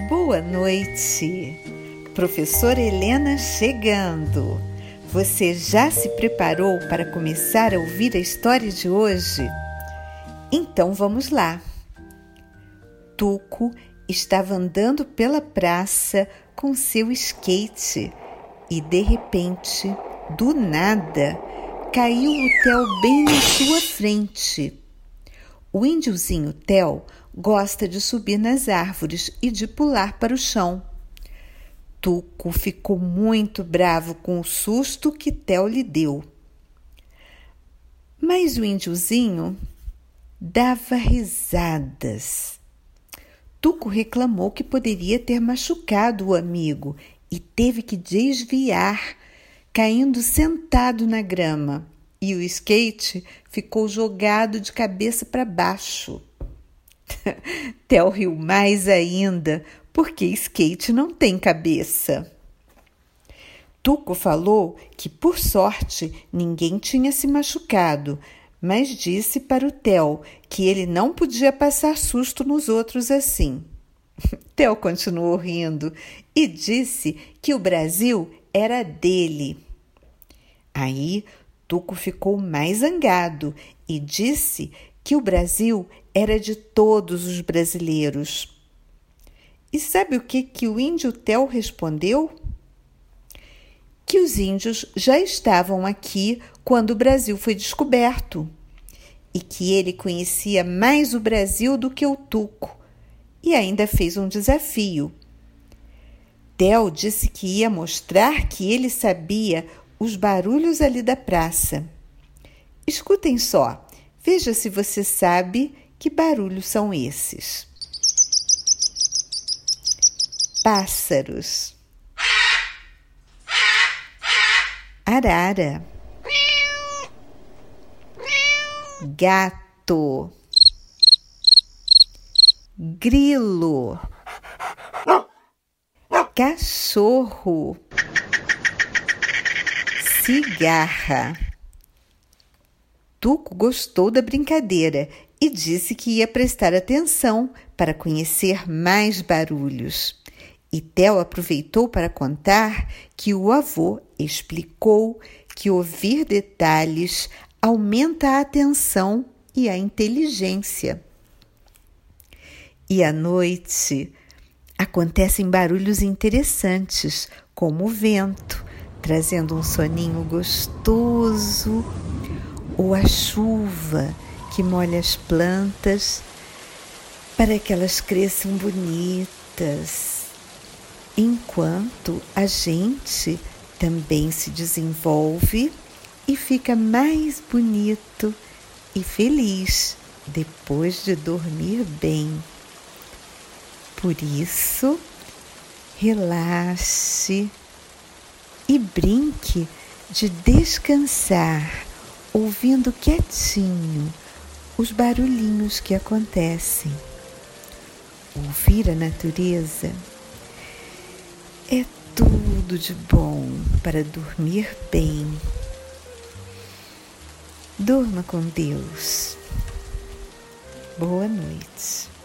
Boa noite! Professora Helena chegando! Você já se preparou para começar a ouvir a história de hoje? Então vamos lá! Tuco estava andando pela praça com seu skate e, de repente, do nada, caiu o Theo bem na sua frente. O índiozinho Theo gosta de subir nas árvores e de pular para o chão. Tuco ficou muito bravo com o susto que Theo lhe deu. Mas o índiozinho dava risadas. Tuco reclamou que poderia ter machucado o amigo e teve que desviar, caindo sentado na grama, e o skate ficou jogado de cabeça para baixo. Theo riu mais ainda, porque skate não tem cabeça. Tuco falou que, por sorte, ninguém tinha se machucado, mas disse para o Theo que ele não podia passar susto nos outros assim. Theo continuou rindo e disse que o Brasil era dele. Aí, Tuco ficou mais zangado e disse que o Brasil era de todos os brasileiros. E sabe o que o índio Theo respondeu? Que os índios já estavam aqui quando o Brasil foi descoberto e que ele conhecia mais o Brasil do que o Tuco, e ainda fez um desafio. Theo disse que ia mostrar que ele sabia os barulhos ali da praça. Escutem só, veja se você sabe que barulhos são esses. Pássaros, arara, gato, grilo, cachorro, cigarra. Tuco gostou da brincadeira e disse que ia prestar atenção para conhecer mais barulhos. E Theo aproveitou para contar que o avô explicou que ouvir detalhes aumenta a atenção e a inteligência. E à noite acontecem barulhos interessantes, como o vento, trazendo um soninho gostoso, ou a chuva que molha as plantas para que elas cresçam bonitas, enquanto a gente também se desenvolve e fica mais bonito e feliz depois de dormir bem. Por isso, relaxe e brinque de descansar, ouvindo quietinho os barulhinhos que acontecem. Ouvir a natureza é tudo de bom para dormir bem. Durma com Deus. Boa noite.